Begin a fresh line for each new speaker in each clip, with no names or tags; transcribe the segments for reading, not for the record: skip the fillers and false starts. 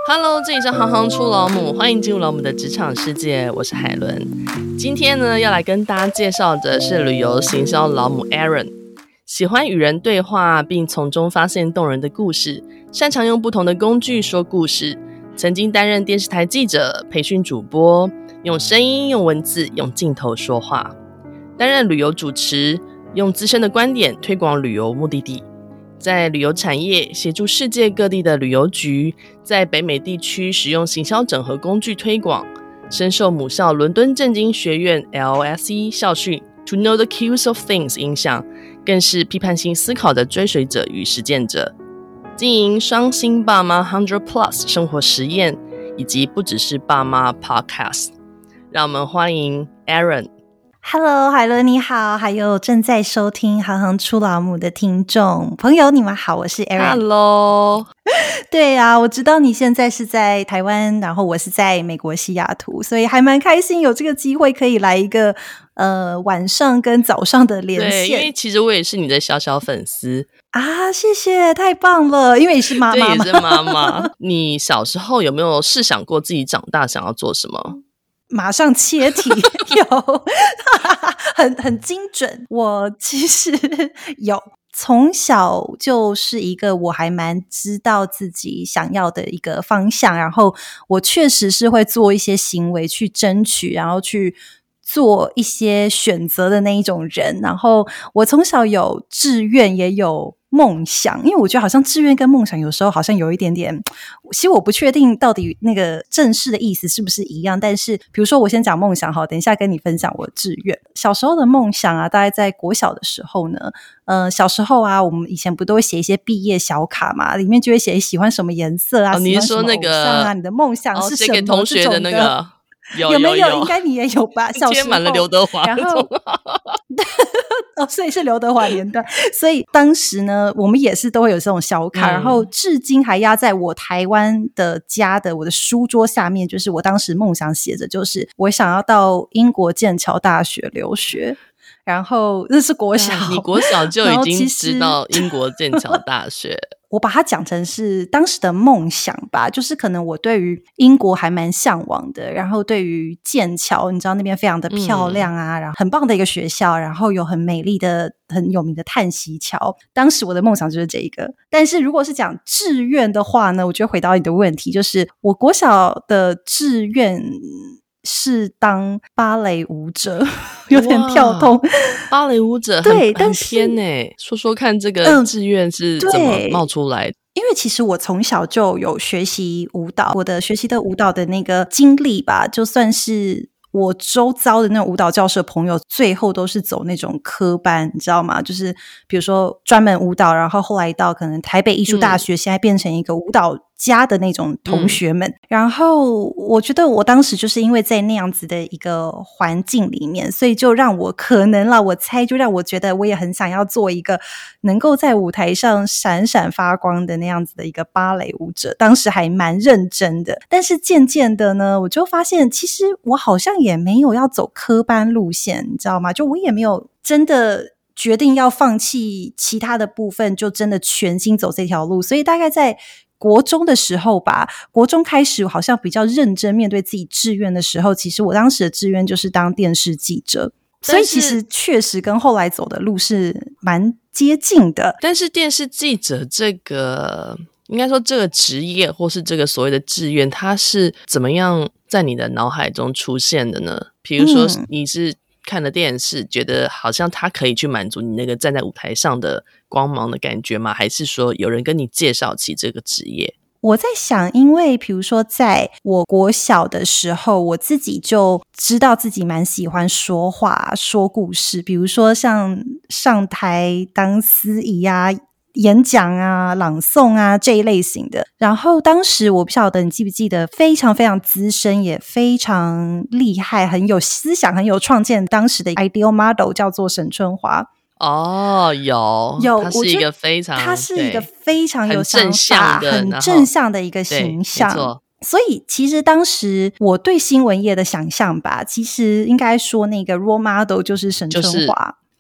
Hello， 这里是行行出老母，欢迎进入老母的职场世界，我是海伦。今天呢，要来跟大家介绍的是旅游行销老母 Aaron， 喜欢与人对话，并从中发现动人的故事，擅长用不同的工具说故事，曾经担任电视台记者、培训主播，用声音、用文字、用镜头说话，担任旅游主持，用自身的观点推广旅游目的地。在旅游产业协助世界各地的旅游局在北美地区使用行销整合工具推广，深受母校伦敦政经学院 LSE 校训 To know the cues of things 影响，更是批判性思考的追随者与实践者，经营双薪爸妈 100+ 生活实验，以及不只是爸妈 Podcast。 让我们欢迎 Aaron。Hello，
海伦你好，还有正在收听行行出老母的听众朋友，你们好，我是
Aaron。Hello，
对啊，我知道你现在是在台湾，然后我是在美国西雅图，所以还蛮开心有这个机会可以来一个晚上跟早上的连线。
对，因为其实我也是你的小小粉丝
啊，谢谢，太棒了，因为你是妈妈嘛。
对，也是妈妈。你小时候有没有试想过自己长大想要做什么？
马上切题有很精准。我其实有从小就是一个我还蛮知道自己想要的一个方向，然后我确实是会做一些行为去争取，然后去做一些选择的那一种人。然后我从小有志愿也有梦想，因为我觉得好像志愿跟梦想有时候好像有一点点，其实我不确定到底那个正式的意思是不是一样，但是比如说我先讲梦想好，等一下跟你分享我的志愿。小时候的梦想啊，大概在国小的时候呢，小时候啊，我们以前不都会写一些毕业小卡嘛，里面就会写喜欢什么颜色啊，
你是说那个
喜欢什么偶像啊，你的梦想是什么，
写给同学的那个
有没有？应该你也有吧？小时候
贴满了刘德华，
然后所以是刘德华年代。所以当时呢，我们也是都会有这种小卡，然后至今还压在我台湾的家的我的书桌下面。就是我当时梦想写着，就是我想要到英国剑桥大学留学。然后这是国小，
你国小就已经知道英国剑桥大学。
我把它讲成是当时的梦想吧，就是可能我对于英国还蛮向往的，然后对于剑桥，你知道那边非常的漂亮啊，然后很棒的一个学校，然后有很美丽的很有名的叹息桥，当时我的梦想就是这一个。但是如果是讲志愿的话呢，我就回答你的问题，就是我国小的志愿是当芭蕾舞者，有点跳动。
芭蕾舞者
对，
很偏耶，说说看这个志愿是怎么冒出来的？
因为其实我从小就有学习舞蹈，我的学习的舞蹈的那个经历吧，就算是我周遭的那种舞蹈教室的朋友，最后都是走那种科班，你知道吗？就是比如说专门舞蹈，然后后来到可能台北艺术大学，现在变成一个舞蹈家的那种同学们。然后我觉得我当时就是因为在那样子的一个环境里面，所以就让我可能啦，我猜就让我觉得我也很想要做一个能够在舞台上闪闪发光的那样子的一个芭蕾舞者，当时还蛮认真的。但是渐渐的呢，我就发现其实我好像也没有要走科班路线，你知道吗？就我也没有真的决定要放弃其他的部分，就真的全心走这条路。所以大概在国中的时候吧，国中开始好像比较认真面对自己志愿的时候，其实我当时的志愿就是当电视记者，所以其实确实跟后来走的路是蛮接近的。
但是电视记者这个应该说这个职业或是这个所谓的志愿，它是怎么样在你的脑海中出现的呢？比如说你是看了电视觉得好像它可以去满足你那个站在舞台上的光芒的感觉吗？还是说有人跟你介绍起这个职业？
我在想，因为比如说在我国小的时候，我自己就知道自己蛮喜欢说话说故事，比如说像上台当司仪啊，演讲啊，朗诵啊，这一类型的。然后当时我不晓得你记不记得，非常非常资深也非常厉害，很有思想很有创建，当时的 ideal model 叫做沈春华。
有他是一个非常有想法
很正向的一个形象。所以其实当时我对新闻业的想象吧，其实应该说那个 role model 就是沈春华。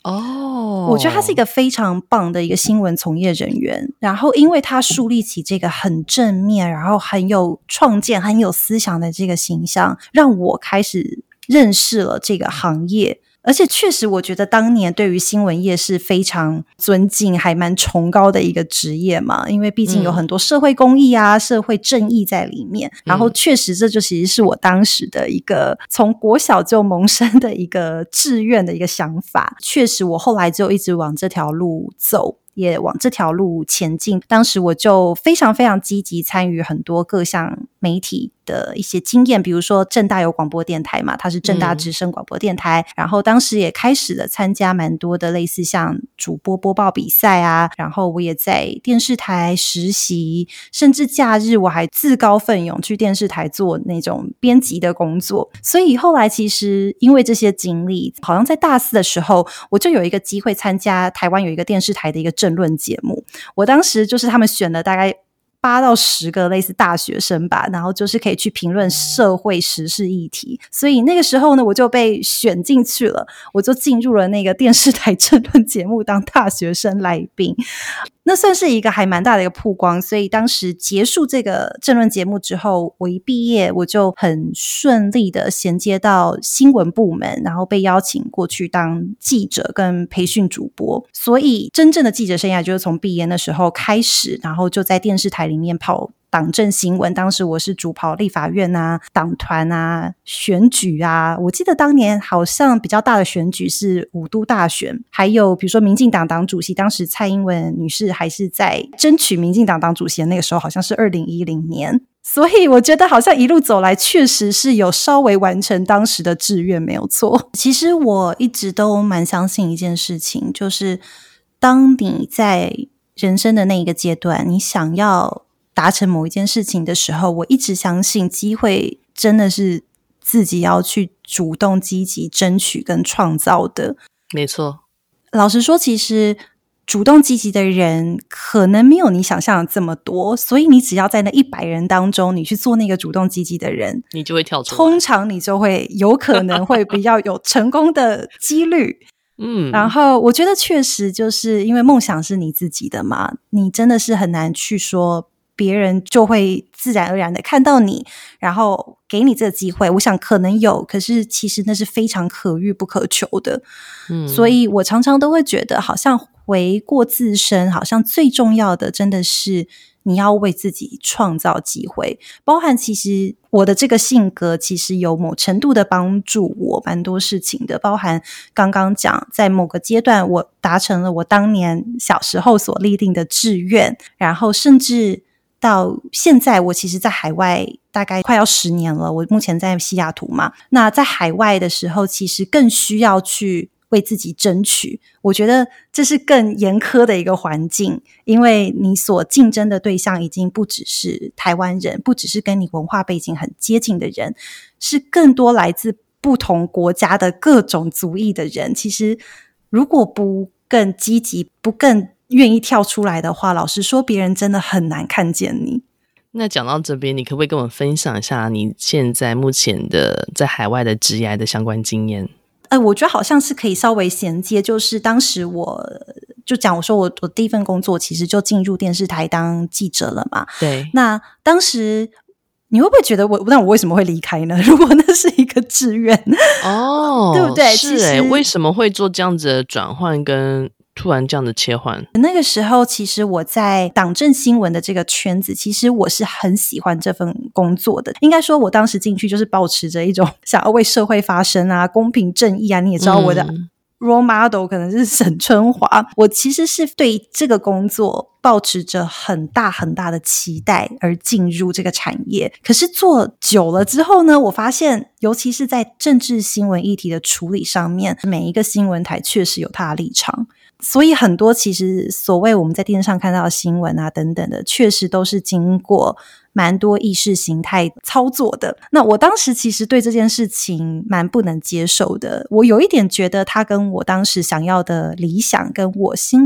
我觉得他是一个非常棒的一个新闻从业人员，然后因为他树立起这个很正面，然后很有创建很有思想的这个形象，让我开始认识了这个行业。而且确实我觉得当年对于新闻业是非常尊敬还蛮崇高的一个职业嘛，因为毕竟有很多社会公益啊、社会正义在里面，然后确实这就其实是我当时的一个从国小就萌生的一个志愿的一个想法。确实我后来就一直往这条路走，也往这条路前进。当时我就非常非常积极参与很多各项媒体的一些经验，比如说政大有广播电台嘛，它是政大之声广播电台，然后当时也开始了参加蛮多的类似像主播播报比赛啊，然后我也在电视台实习，甚至假日我还自告奋勇去电视台做那种编辑的工作。所以后来其实因为这些经历，好像在大四的时候我就有一个机会参加台湾有一个电视台的一个政论节目，我当时就是他们选了大概8到10个类似大学生吧，然后就是可以去评论社会时事议题，所以那个时候呢我就被选进去了，我就进入了那个电视台政论节目当大学生来宾，那算是一个还蛮大的一个曝光。所以当时结束这个政论节目之后，我一毕业我就很顺利的衔接到新闻部门，然后被邀请过去当记者跟培训主播，所以真正的记者生涯就是从毕业那时候开始，然后就在电视台里面跑党政新闻，当时我是主跑立法院啊、党团啊、选举啊，我记得当年好像比较大的选举是5都大选，还有比如说民进党党主席，当时蔡英文女士还是在争取民进党党主席的那个时候，好像是2010年，所以我觉得好像一路走来确实是有稍微完成当时的志愿，没有错。其实我一直都蛮相信一件事情，就是当你在人生的那一个阶段，你想要达成某一件事情的时候，我一直相信机会真的是自己要去主动积极争取跟创造的。
没错，
老实说其实主动积极的人可能没有你想象的这么多，所以你只要在那100人当中你去做那个主动积极的人，
你就会跳出来，
通常你就会有可能会比较有成功的几率然后我觉得确实就是因为梦想是你自己的嘛，你真的是很难去说别人就会自然而然的看到你，然后给你这个机会。我想可能有，可是其实那是非常可遇不可求的。所以我常常都会觉得好像回过自身，好像最重要的真的是你要为自己创造机会，包含其实我的这个性格其实有某程度的帮助我蛮多事情的，包含刚刚讲在某个阶段我达成了我当年小时候所立定的志愿，然后甚至到现在我其实在海外大概快要10年了，我目前在西雅图嘛，那在海外的时候其实更需要去为自己争取，我觉得这是更严苛的一个环境，因为你所竞争的对象已经不只是台湾人，不只是跟你文化背景很接近的人，是更多来自不同国家的各种族裔的人。其实如果不更积极，不更愿意跳出来的话，老实说别人真的很难看见你。
那讲到这边，你可不可以跟我们分享一下你现在目前的在海外的职业的相关经验？
我觉得好像是可以稍微衔接，就是当时我就讲我说我第一份工作其实就进入电视台当记者了嘛。
对，
那当时你会不会觉得那我为什么会离开呢？如果那是一个志愿对不对？
是耶，为什么会做这样子的转换跟突然这样的切换？
那个时候其实我在党政新闻的这个圈子，其实我是很喜欢这份工作的。应该说我当时进去就是抱持着一种想要为社会发声啊，公平正义啊，你也知道我的role model 可能是沈春华，我其实是对这个工作抱持着很大很大的期待而进入这个产业。可是做久了之后呢，我发现尤其是在政治新闻议题的处理上面，每一个新闻台确实有它的立场，所以很多其实所谓我们在电视上看到的新闻啊等等的，确实都是经过蛮多意识形态操作的。那我当时其实对这件事情蛮不能接受的，我有一点觉得它跟我当时想要的理想跟我心里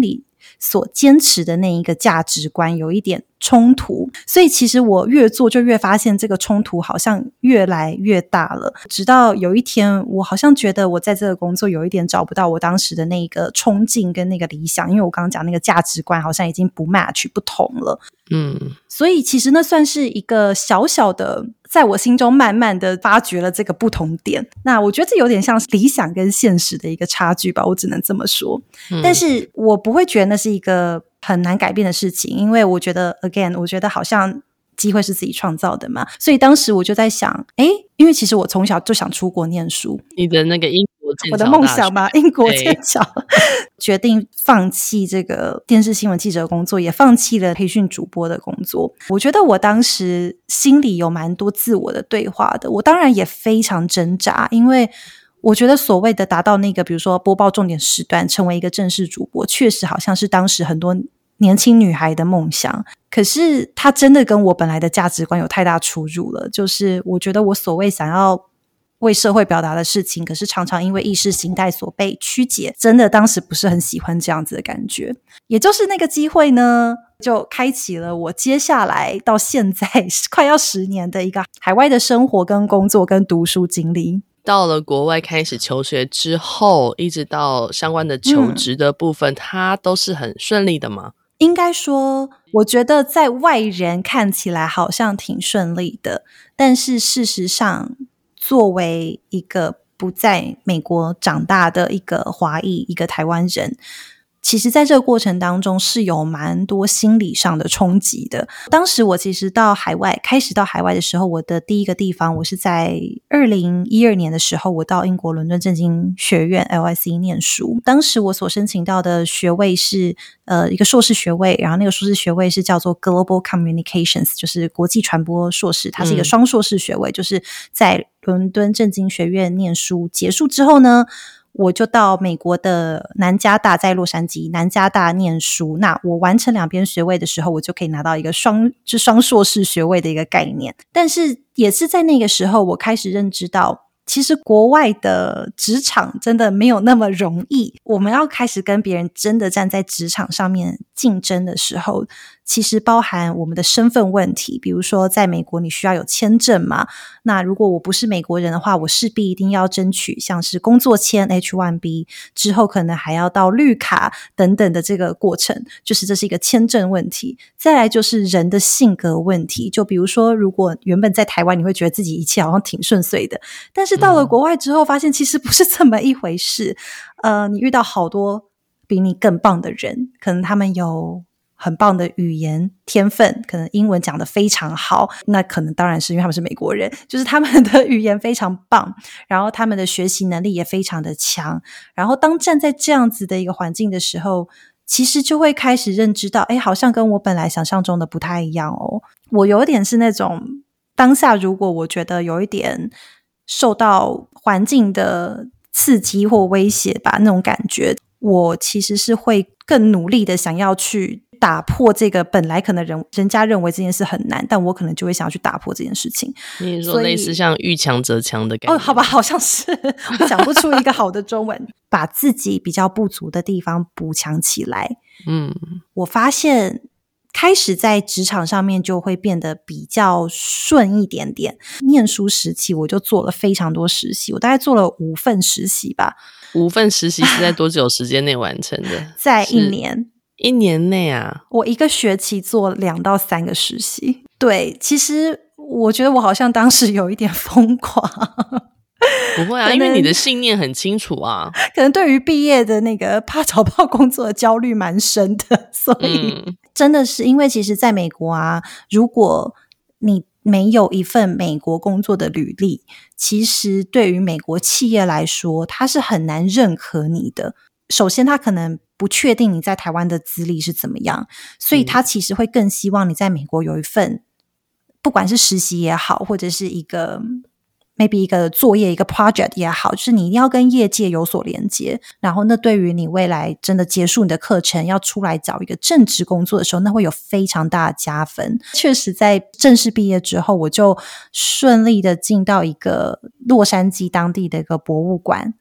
所坚持的那一个价值观有一点冲突，所以其实我越做就越发现这个冲突好像越来越大了。直到有一天我好像觉得我在这个工作有一点找不到我当时的那个冲劲跟那个理想，因为我刚刚讲那个价值观好像已经不 match 不同了。所以其实那算是一个小小的在我心中慢慢的发掘了这个不同点。那我觉得这有点像理想跟现实的一个差距吧，我只能这么说。但是我不会觉得那是一个很难改变的事情，因为我觉得 again 我觉得好像机会是自己创造的嘛，所以当时我就在想因为其实我从小就想出国念书，
你的那个英国剑桥
我的梦想嘛，英国剑桥决定放弃这个电视新闻记者的工作，也放弃了培训主播的工作。我觉得我当时心里有蛮多自我的对话的，我当然也非常挣扎，因为我觉得所谓的达到那个比如说播报重点时段成为一个正式主播，确实好像是当时很多年轻女孩的梦想，可是它真的跟我本来的价值观有太大出入了。就是我觉得我所谓想要为社会表达的事情，可是常常因为意识形态所被曲解，真的当时不是很喜欢这样子的感觉。也就是那个机会呢，就开启了我接下来到现在快要10年的一个海外的生活跟工作跟读书经历。
到了国外开始求学之后，一直到相关的求职的部分，它都是很顺利的吗？
应该说我觉得在外人看起来好像挺顺利的，但是事实上作为一个不在美国长大的一个华裔一个台湾人，其实在这个过程当中是有蛮多心理上的冲击的。当时我其实开始到海外的时候，我的第一个地方我是在2012年的时候，我到英国伦敦政经学院 LSE 念书。当时我所申请到的学位是一个硕士学位，然后那个硕士学位是叫做 Global Communications， 就是国际传播硕士，它是一个双硕士学位，就是在伦敦政经学院念书结束之后呢，我就到美国的南加大，在洛杉矶南加大念书。那我完成2边学位的时候，我就可以拿到一个双硕士学位的一个概念。但是也是在那个时候，我开始认知到其实国外的职场真的没有那么容易。我们要开始跟别人真的站在职场上面竞争的时候，其实包含我们的身份问题。比如说在美国你需要有签证嘛，那如果我不是美国人的话，我势必一定要争取像是工作签 H1B， 之后可能还要到绿卡等等的这个过程，就是这是一个签证问题。再来就是人的性格问题，就比如说如果原本在台湾你会觉得自己一切好像挺顺遂的，但是到了国外之后发现其实不是这么一回事。你遇到好多比你更棒的人，可能他们有很棒的语言天分，可能英文讲得非常好，那可能当然是因为他们是美国人，就是他们的语言非常棒，然后他们的学习能力也非常的强。然后当站在这样子的一个环境的时候，其实就会开始认知到好像跟我本来想象中的不太一样哦。我有点是那种当下如果我觉得有一点受到环境的刺激或威胁吧，那种感觉，我其实是会更努力的想要去打破这个本来可能人家认为这件事很难，但我可能就会想要去打破这件事情。
你说类似像遇强则强的感觉？
好吧，好像是我讲不出一个好的中文把自己比较不足的地方补强起来。我发现开始在职场上面就会变得比较顺一点点。念书时期我就做了非常多实习，我大概做了5份实习吧。
5份实习是在多久时间内完成的？
在1年。
1年内啊？
我1个学期做2到3个实习。对，其实我觉得我好像当时有一点疯狂。
不会啊，因为你的信念很清楚啊。
可能对于毕业的那个怕找不到工作的焦虑蛮深的，所以真的是因为其实在美国啊，如果你没有一份美国工作的履历，其实对于美国企业来说，它是很难认可你的。首先他可能不确定你在台湾的资历是怎么样，所以他其实会更希望你在美国有一份不管是实习也好，或者是一个 maybe 一个作业一个 project 也好，就是你一定要跟业界有所连接，然后那对于你未来真的结束你的课程要出来找一个正职工作的时候，那会有非常大的加分。确实在正式毕业之后，我就顺利的进到一个洛杉矶当地的一个博物馆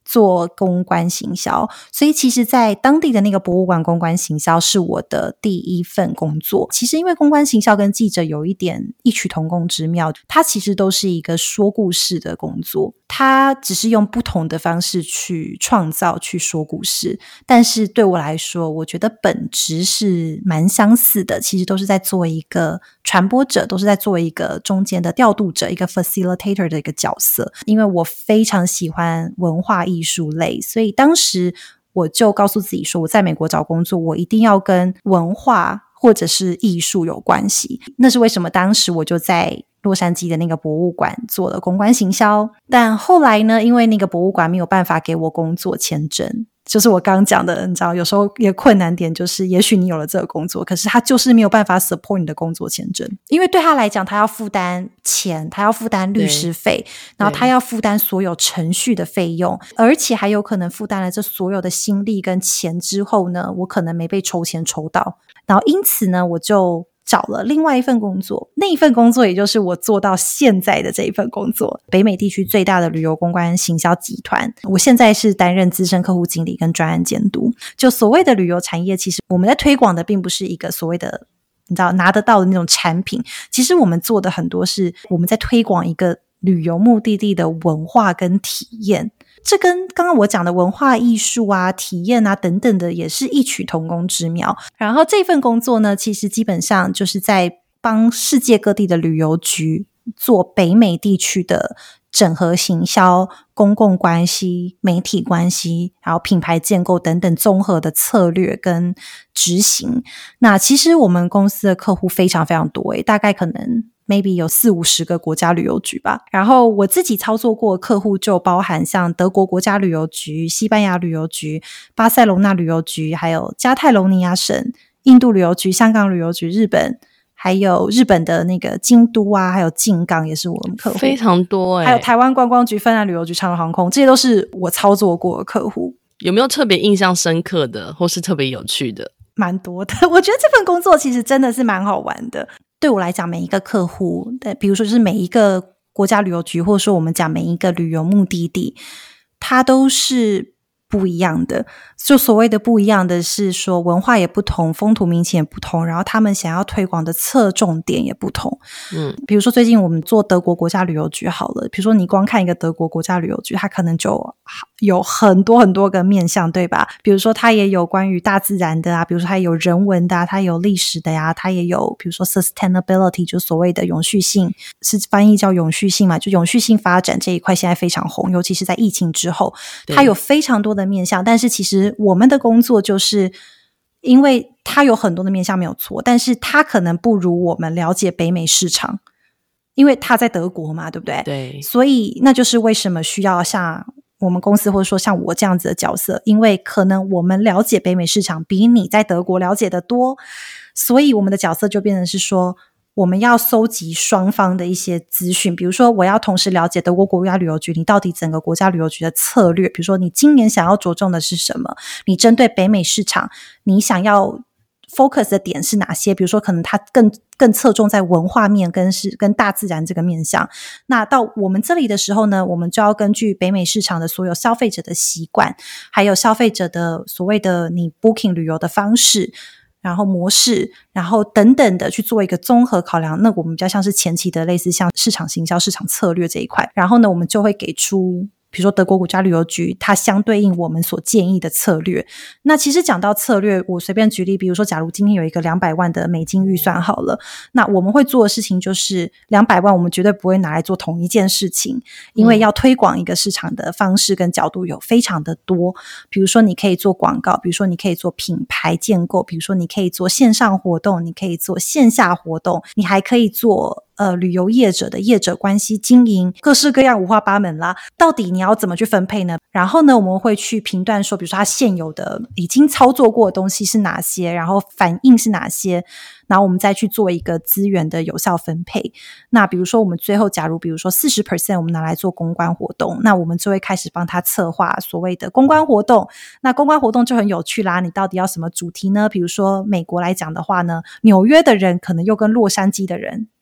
做公关行销，所以其实在当地的那个博物馆公关行销是我的第一份工作。其实因为公关行销跟记者有一点异曲同工之妙，它其实都是一个说故事的工作，它只是用不同的方式去创造去说故事，但是对我来说我觉得本质是蛮相似的，其实都是在做一个传播者，都是在做一个中间的调度者，一个 facilitator 的一个角色。因为我非常喜欢文化艺术类，所以当时我就告诉自己说，我在美国找工作我一定要跟文化或者是艺术有关系。那是为什么当时我就在洛杉矶的那个博物馆做了公关行销，但后来呢，因为那个博物馆没有办法给我工作签证，就是我刚刚讲的，你知道有时候一个困难点就是也许你有了这个工作，可是他就是没有办法 support 你的工作签证，因为对他来讲他要负担钱，他要负担律师费，然后他要负担所有程序的费用，而且还有可能负担了这所有的心力跟钱之后呢，我可能没被抽签抽到，然后因此呢我就找了另外一份工作，那一份工作也就是我做到现在的这一份工作，北美地区最大的旅游公关行销集团，我现在是担任资深客户经理跟专案监督。就所谓的旅游产业，其实我们在推广的并不是一个所谓的你知道拿得到的那种产品，其实我们做的很多是我们在推广一个旅游目的地的文化跟体验，这跟刚刚我讲的文化艺术啊、体验啊等等的也是异曲同工之妙。然后这份工作呢，其实基本上就是在帮世界各地的旅游局做北美地区的整合行销、公共关系、媒体关系，还有品牌建构等等综合的策略跟执行。那其实我们公司的客户非常非常多大概可能maybe 有40-50个国家旅游局吧，然后我自己操作过的客户就包含像德国国家旅游局、西班牙旅游局、巴塞隆纳旅游局，还有加泰隆尼亚省、印度旅游局、香港旅游局、日本，还有日本的那个京都啊，还有静冈也是我们客户，
非常多
还有台湾观光局、芬兰旅游局、长荣航空，这些都是我操作过的客户。
有没有特别印象深刻的或是特别有趣的？
蛮多的，我觉得这份工作其实真的是蛮好玩的。对我来讲，每一个客户，比如说就是每一个国家旅游局，或者说我们讲每一个旅游目的地，它都是不一样的。就所谓的不一样的是说文化也不同，风土民情也不同，然后他们想要推广的侧重点也不同。比如说最近我们做德国国家旅游局好了，比如说你光看一个德国国家旅游局，它可能就有很多很多个面向，对吧？比如说它也有关于大自然的啊，比如说它有人文的啊，它有历史的呀，它也有比如说 sustainability 就所谓的永续性，是翻译叫永续性嘛，就永续性发展这一块现在非常红，尤其是在疫情之后，它有非常多的面向。但是其实我们的工作就是因为它有很多的面向没有错，但是它可能不如我们了解北美市场，因为它在德国嘛，对不对？
对，
所以那就是为什么需要像我们公司或者说像我这样子的角色，因为可能我们了解北美市场比你在德国了解的多，所以我们的角色就变成是说我们要搜集双方的一些资讯，比如说我要同时了解德国国家旅游局你到底整个国家旅游局的策略，比如说你今年想要着重的是什么，你针对北美市场你想要 focus 的点是哪些，比如说可能它更侧重在文化面跟大自然这个面向。那到我们这里的时候呢，我们就要根据北美市场的所有消费者的习惯，还有消费者的所谓的你 booking 旅游的方式，然后模式，然后等等的去做一个综合考量。那我们比较像是前期的类似像市场行销、市场策略这一块，然后呢我们就会给出比如说德国国家旅游局它相对应我们所建议的策略。那其实讲到策略，我随便举例，比如说假如今天有一个200万的美金预算好了，那我们会做的事情就是200万我们绝对不会拿来做同一件事情，因为要推广一个市场的方式跟角度有非常的多。比如说你可以做广告，比如说你可以做品牌建构，比如说你可以做线上活动，你可以做线下活动，你还可以做旅游业者的业者关系经营，各式各样五花八门啦。到底你要怎么去分配呢？然后呢我们会去评断说比如说它现有的已经操作过的东西是哪些，然后反应是哪些，然后我们再去做一个资源的有效分配。那比如说我们最后假如比如说 40% 我们拿来做公关活动，那我们就会开始帮他策划所谓的公关活动。那公关活动就很有趣啦，你到底要什么主题呢？比如说美国来讲的话呢，纽约的人可能又跟洛杉矶的人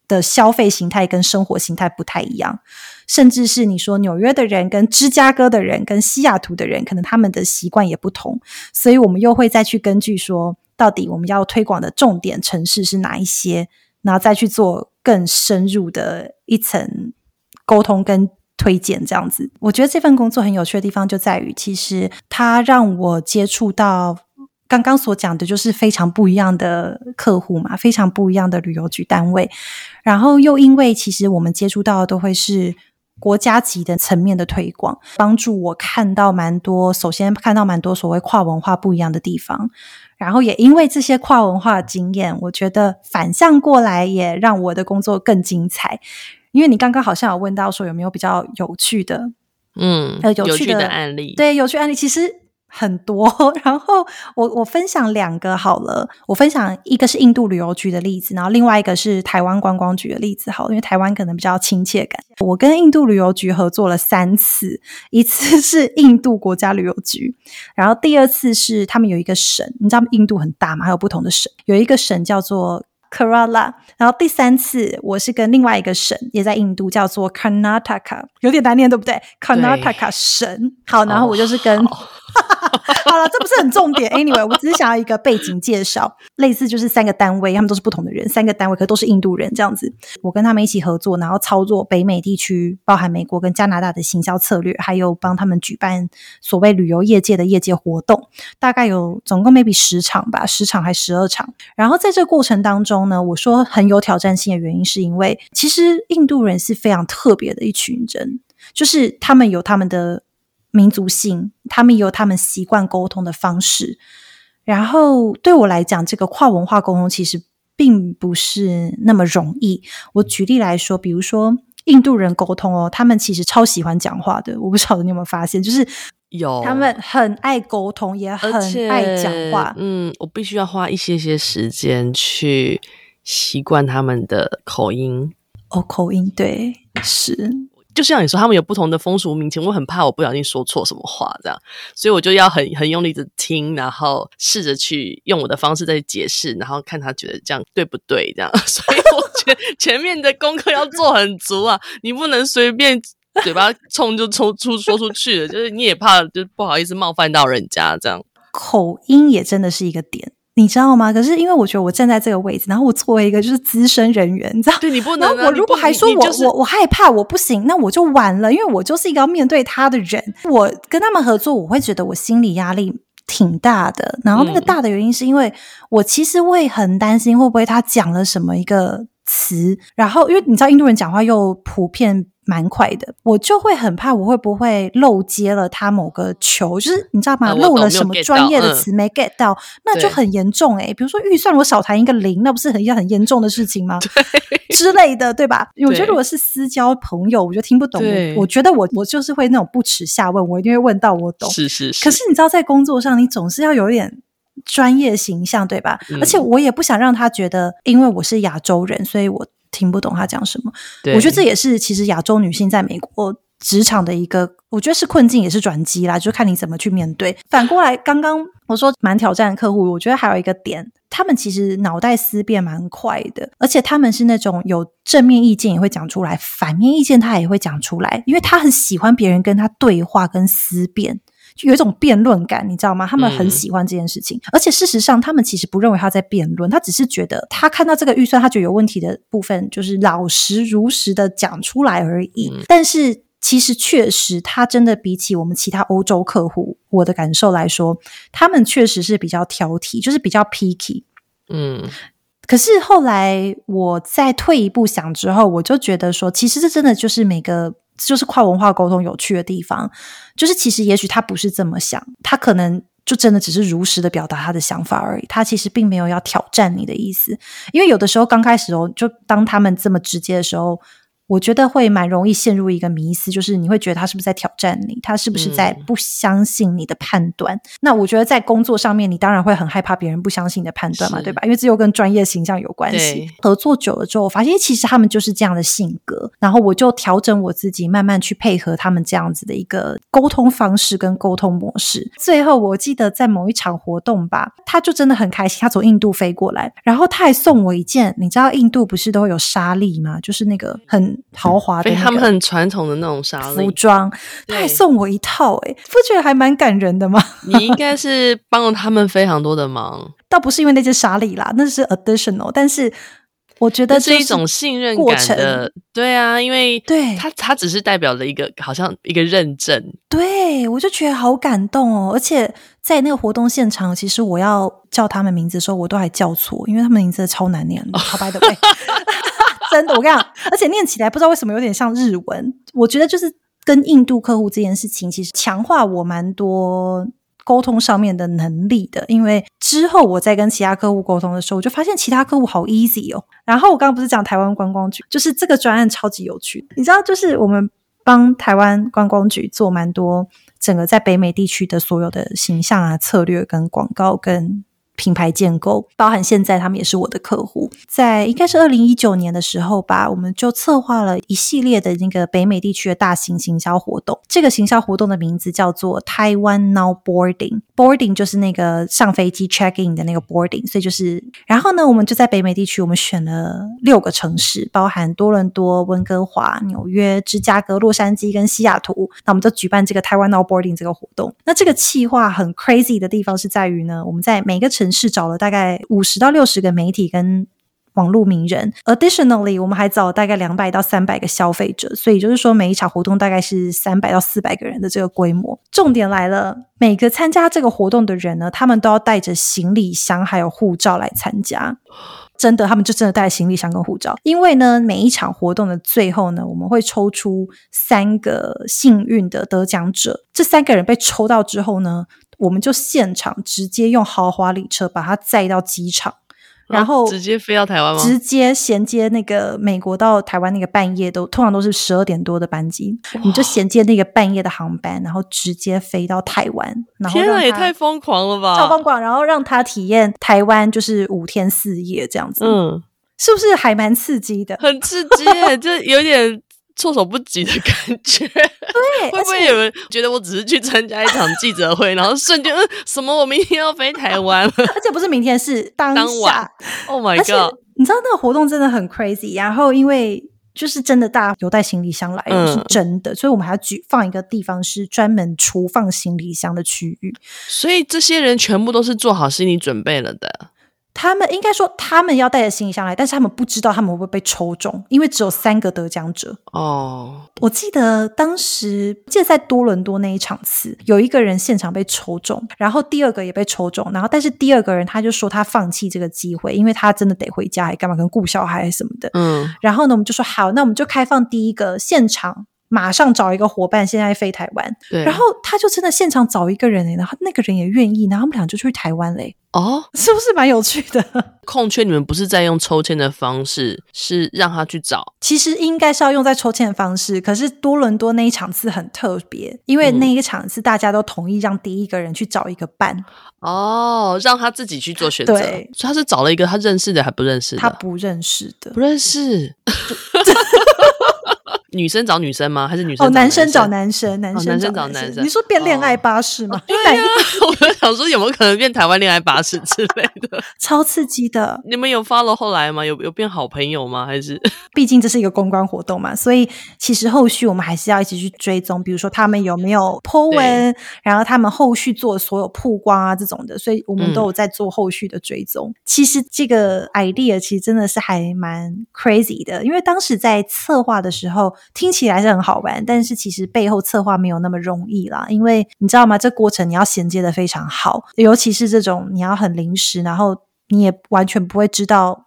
的消费形态跟生活形态不太一样，甚至是你说纽约的人跟芝加哥的人跟西雅图的人，可能他们的习惯也不同，所以我们又会再去根据说到底我们要推广的重点城市是哪一些，然后再去做更深入的一层沟通跟推荐这样子。我觉得这份工作很有趣的地方就在于，其实它让我接触到刚刚所讲的就是非常不一样的客户嘛，非常不一样的旅游局单位，然后又因为其实我们接触到的都会是国家级的层面的推广，帮助我看到蛮多，首先看到蛮多所谓跨文化不一样的地方，然后也因为这些跨文化的经验，我觉得反向过来也让我的工作更精彩。因为你刚刚好像有问到说有没有比较有趣的
有趣的案例。
对，有趣案例其实很多，然后我分享2个好了。我分享一个是印度旅游局的例子，然后另外一个是台湾观光局的例子好了，因为台湾可能比较亲切感。我跟印度旅游局合作了3次，一次是印度国家旅游局，然后第2次是他们有一个省，你知道印度很大嘛，还有不同的省，有一个省叫做Kerala， 然后第3次我是跟另外一个省也在印度叫做 Karnataka， 有点难念对不对？ Karnataka 省。好，然后我就是跟好了，这不是很重点 anyway， 我只是想要一个背景介绍，类似就是3个单位，他们都是不同的人，3个单位可都是印度人这样子。我跟他们一起合作，然后操作北美地区包含美国跟加拿大的行销策略，还有帮他们举办所谓旅游业界的业界活动，大概有总共 maybe 10场吧，10场还12场。然后在这个过程当中呢，我说很有挑战性的原因是因为其实印度人是非常特别的一群人，就是他们有他们的民族性，他们有他们习惯沟通的方式，然后对我来讲这个跨文化沟通其实并不是那么容易。我举例来说，比如说印度人沟通他们其实超喜欢讲话的，我不晓得你有没有发现，就是
有
他们很爱沟通，也很爱讲话。
我必须要花一些时间去习惯他们的口音。
口音，对，是。
就像你说他们有不同的风俗民情，我很怕我不小心说错什么话这样，所以我就要很用力的听，然后试着去用我的方式再解释，然后看他觉得这样对不对这样。所以我觉得前面的功课要做很足啊，你不能随便嘴巴冲就说出去了，就是你也怕就不好意思冒犯到人家这样。
口音也真的是一个点，你知道吗？可是因为我觉得我站在这个位置，然后我作为一个就是资深人员，你知道，
对，你不能
然后我如果还说我害怕我不行，那我就完了，因为我就是一个要面对他的人。我跟他们合作，我会觉得我心理压力挺大的，然后那个大的原因是因为我其实会很担心会不会他讲了什么一个词，然后因为你知道印度人讲话又普遍蛮快的，我就会很怕我会不会漏接了他某个球，就是你知道吗？漏了什么专业的词没 get 到，那就很严重比如说预算我少谈一个0，那不是一件很严重的事情吗？之类的，对吧？我觉得如果是私交朋友，我就听不懂，我觉得我就是会那种不耻下问，我一定会问到我懂。
是。
可是你知道在工作上你总是要有一点专业形象，对吧？而且我也不想让他觉得因为我是亚洲人所以我听不懂他讲什么。我觉得这也是其实亚洲女性在美国职场的一个，我觉得是困境也是转机啦，就看你怎么去面对。反过来刚刚我说蛮挑战的客户，我觉得还有一个点，他们其实脑袋思辨蛮快的，而且他们是那种有正面意见也会讲出来，反面意见他也会讲出来，因为他很喜欢别人跟他对话跟思辨，就有一种辩论感，你知道吗？他们很喜欢这件事情，而且事实上他们其实不认为他在辩论，他只是觉得他看到这个预算他觉得有问题的部分就是老实如实的讲出来而已。但是其实确实他真的比起我们其他欧洲客户，我的感受来说他们确实是比较挑剔，就是比较 picky。可是后来我再退一步想之后，我就觉得说其实这真的就是就是跨文化沟通有趣的地方，就是其实也许他不是这么想，他可能就真的只是如实的表达他的想法而已，他其实并没有要挑战你的意思。因为有的时候刚开始就当他们这么直接的时候， 我觉得会蛮容易陷入一个迷思，就是你会觉得他是不是在挑战你，他是不是在不相信你的判断。那我觉得在工作上面你当然会很害怕别人不相信你的判断嘛，对吧？因为这又跟专业形象有关系。合作久了之后我发现其实他们就是这样的性格，然后我就调整我自己，慢慢去配合他们这样子的一个沟通方式跟沟通模式。最后我记得在某一场活动吧，他就真的很开心，他从印度飞过来，然后他还送我一件，你知道印度不是都会有纱丽吗？就是那个很豪华的那个
他们很传统的那种纱丽
服装，他还送我一套，不觉得还蛮感人的吗？
你应该是帮了他们非常多的忙。
倒不是因为那件纱丽啦，那是 additional， 但是我觉得
这是一种信任感的，对啊，因为他只是代表了一个好像一个认证。
对，我就觉得好感动哦。而且在那个活动现场，其实我要叫他们名字的时候我都还叫错，因为他们名字超难念的，好by the way 真的我跟你讲，而且念起来不知道为什么有点像日文。我觉得就是跟印度客户这件事情其实强化我蛮多沟通上面的能力的，因为之后我在跟其他客户沟通的时候，我就发现其他客户好 easy 哦。然后我刚刚不是讲台湾观光局，就是这个专案超级有趣，你知道就是我们帮台湾观光局做蛮多整个在北美地区的所有的形象啊、策略跟广告跟品牌建构，包含现在他们也是我的客户。在应该是2019年的时候吧，我们就策划了一系列的那个北美地区的大型行销活动。这个行销活动的名字叫做 Taiwan Now Boarding， Boarding 就是那个上飞机 check in 的那个 boarding， 所以就是然后呢我们就在北美地区我们选了6个城市，包含多伦多、温哥华、纽约、芝加哥、洛杉矶跟西雅图。那我们就举办这个 Taiwan Now Boarding 这个活动。那这个企划很 crazy 的地方是在于呢，我们在每个城市找了大概50到60个媒体跟网络名人 Additionally 我们还找了大概200到300个消费者，所以就是说每一场活动大概是300到400个人的这个规模。重点来了，每个参加这个活动的人呢，他们都要带着行李箱还有护照来参加。真的，他们就真的带行李箱跟护照。因为呢每一场活动的最后呢，我们会抽出3个幸运的得奖者。这3个人被抽到之后呢，我们就现场直接用豪华礼车把他载到机场，然后
直接飞到台湾吗？
直接衔接那个美国到台湾那个半夜通常都是12点多的班机，你就衔接那个半夜的航班，然后直接飞到台湾。然后
天啊，也太疯狂了吧！
超疯狂，然后让他体验台湾就是5天4夜这样子。是不是还蛮刺激的？
很刺激耶这有点措手不及的感觉。
对，
会不会有人觉得我只是去参加一场记者会，然后瞬间什么我明天要飞台湾了？
而且不是明天，是当晚。
Oh my god！
你知道那个活动真的很 crazy， 然后因为就是真的大家有带行李箱来的，是真的，所以我们还要放一个地方是专门储放行李箱的区域。
所以这些人全部都是做好心理准备了的。
他们应该说他们要带着行李箱来，但是他们不知道他们会不会被抽中，因为只有3个得奖者。我记得当时在多伦多那一场次，有一个人现场被抽中，然后第2个也被抽中，然后但是第2个人他就说他放弃这个机会，因为他真的得回家还干嘛，可能顾小孩什么的。然后呢我们就说好，那我们就开放第1个现场马上找一个伙伴现在飞台湾。然后他就真的现场找一个人然后那个人也愿意，然后他们俩就去台湾嘞。是不是蛮有趣的？
空缺你们不是在用抽签的方式，是让他去找？
其实应该是要用在抽签的方式，可是多伦多那一场次很特别，因为那一场次大家都同意让第1个人去找一个伴。
让他自己去做选择。
对，
所以他是找了一个他认识的还不认识的？
他不认识的。
不认识女生找女生吗？还是女生找
男生找男生？男生
找男生。
你说变恋爱巴士吗？
对啊，我就想说有没有可能变台湾恋爱巴士之类的。
超刺激的。
你们有 follow 后来吗？有变好朋友吗？还是
毕竟这是一个公关活动嘛，所以其实后续我们还是要一起去追踪，比如说他们有没有 po 文，然后他们后续做所有曝光啊这种的，所以我们都有在做后续的追踪。其实这个 idea 其实真的是还蛮 crazy 的，因为当时在策划的时候听起来是很好玩，但是其实背后策划没有那么容易啦，因为你知道吗，这过程你要衔接的非常好，尤其是这种你要很临时，然后你也完全不会知道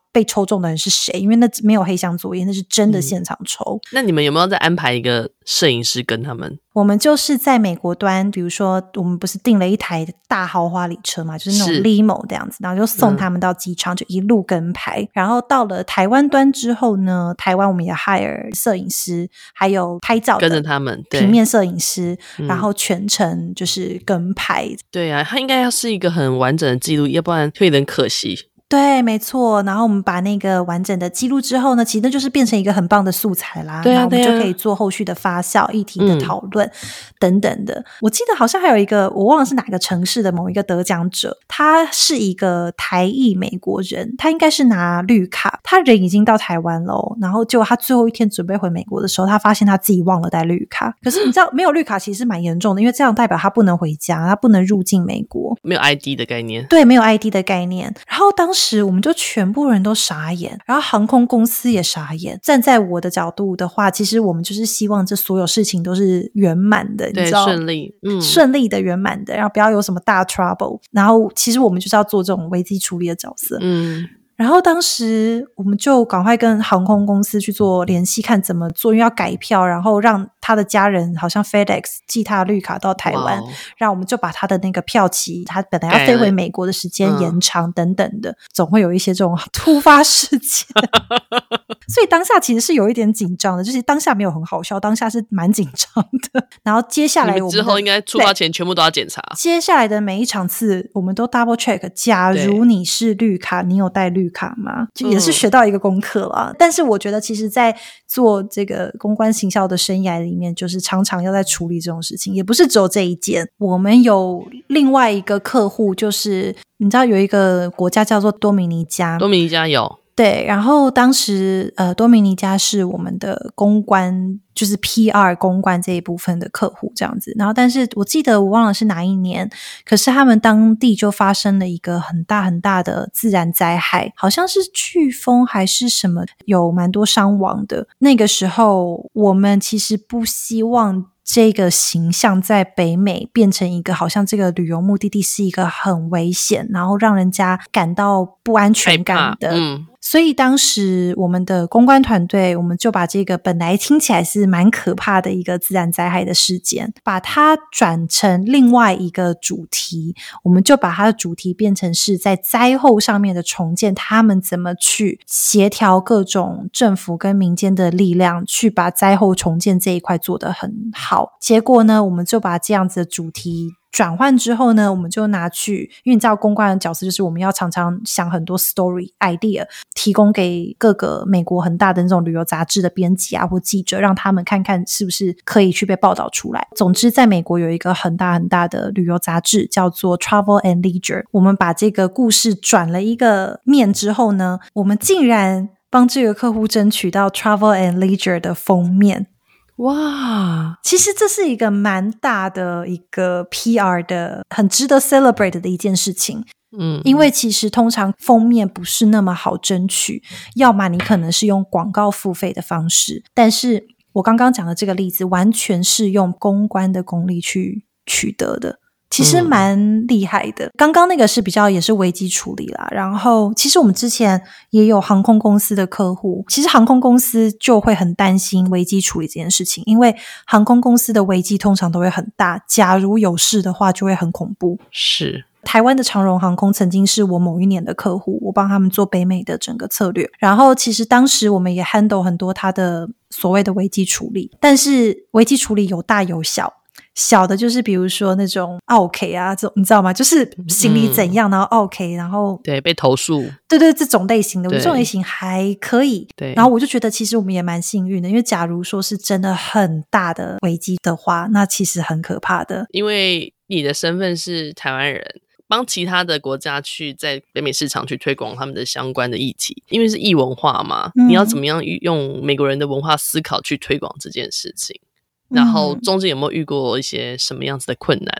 被抽中的人是谁，因为那没有黑箱作业，那是真的现场抽。
那你们有没有再安排一个摄影师跟他们？
我们就是在美国端，比如说我们不是订了一台大豪华礼车嘛，就是那种 limo 这样子，然后就送他们到机场，就一路跟拍。然后到了台湾端之后呢，台湾我们也 hire 摄影师，还有拍照的
跟着他们
平面摄影师，然后全程就是跟拍。
对啊，它应该要是一个很完整的记录，要不然会有点可惜。
对，没错。然后我们把那个完整的记录之后呢，其实那就是变成一个很棒的素材啦。
对啊，
然后我们就可以做后续的发酵、议题的讨论等等的。我记得好像还有一个，我忘了是哪个城市的某一个得奖者，他是一个台裔美国人，他应该是拿绿卡，他人已经到台湾了，然后结果他最后一天准备回美国的时候，他发现他自己忘了带绿卡。可是你知道，没有绿卡其实蛮严重的，因为这样代表他不能回家，他不能入境美国，
没有 ID 的概念。
对，没有 ID 的概念。然后当时我们就全部人都傻眼，然后航空公司也傻眼。站在我的角度的话，其实我们就是希望这所有事情都是圆满的，
对，
你知道，顺利的、圆满的，然后不要有什么大 trouble。然后其实我们就是要做这种危机处理的角色。然后当时我们就赶快跟航空公司去做联系，看怎么做，因为要改票，然后让他的家人好像 FedEx 寄他的绿卡到台湾，让我们就把他的那个票期，他本来要飞回美国的时间延长等等的，总会有一些这种突发事件。所以当下其实是有一点紧张的，就是当下没有很好笑，当下是蛮紧张的。然后接下来我们
之后应该出发前全部都要检查。
接下来的每一场次我们都 double check， 假如你是绿卡，你有带绿卡吗？就也是学到一个功课啦。但是我觉得其实在做这个公关行销的生涯里面，就是常常要在处理这种事情，也不是只有这一件。我们有另外一个客户，就是你知道有一个国家叫做多米尼加，
多米尼加有。
对，然后当时多米尼加是我们的公关，就是 PR 公关这一部分的客户这样子。然后但是我记得我忘了是哪一年，可是他们当地就发生了一个很大很大的自然灾害，好像是飓风还是什么，有蛮多伤亡的。那个时候我们其实不希望这个形象在北美变成一个好像这个旅游目的地是一个很危险，然后让人家感到不安全感的。所以当时我们的公关团队，我们就把这个本来听起来是蛮可怕的一个自然灾害的事件，把它转成另外一个主题。我们就把它的主题变成是在灾后上面的重建，他们怎么去协调各种政府跟民间的力量，去把灾后重建这一块做得很好。结果呢，我们就把这样子的主题转换之后呢，我们就拿去，因为你知道公关的角色就是我们要常常想很多 story idea， 提供给各个美国很大的那种旅游杂志的编辑啊或记者，让他们看看是不是可以去被报道出来。总之在美国有一个很大很大的旅游杂志叫做 Travel and Leisure， 我们把这个故事转了一个面之后呢，我们竟然帮这个客户争取到 Travel and Leisure 的封面。
哇，
其实这是一个蛮大的一个 PR 的很值得 celebrate 的一件事情。因为其实通常封面不是那么好争取，要么你可能是用广告付费的方式，但是我刚刚讲的这个例子完全是用公关的功力去取得的，其实蛮厉害的。刚刚那个是比较也是危机处理啦，然后其实我们之前也有航空公司的客户，其实航空公司就会很担心危机处理这件事情，因为航空公司的危机通常都会很大，假如有事的话就会很恐怖。
是
台湾的长荣航空曾经是我某一年的客户，我帮他们做北美的整个策略，然后其实当时我们也 handle 很多他的所谓的危机处理，但是危机处理有大有小，小的就是比如说那种 OK 啊，这种你知道吗？就是行李怎样，然后 OK， 然后
对被投诉，
对这种类型的，我这种类型还可以。
对，
然后我就觉得其实我们也蛮幸运的，因为假如说是真的很大的危机的话，那其实很可怕的。
因为你的身份是台湾人，帮其他的国家去在北美市场去推广他们的相关的议题，因为是异文化嘛，你要怎么样用美国人的文化思考去推广这件事情，然后中间有没有遇过一些什么样子的困难？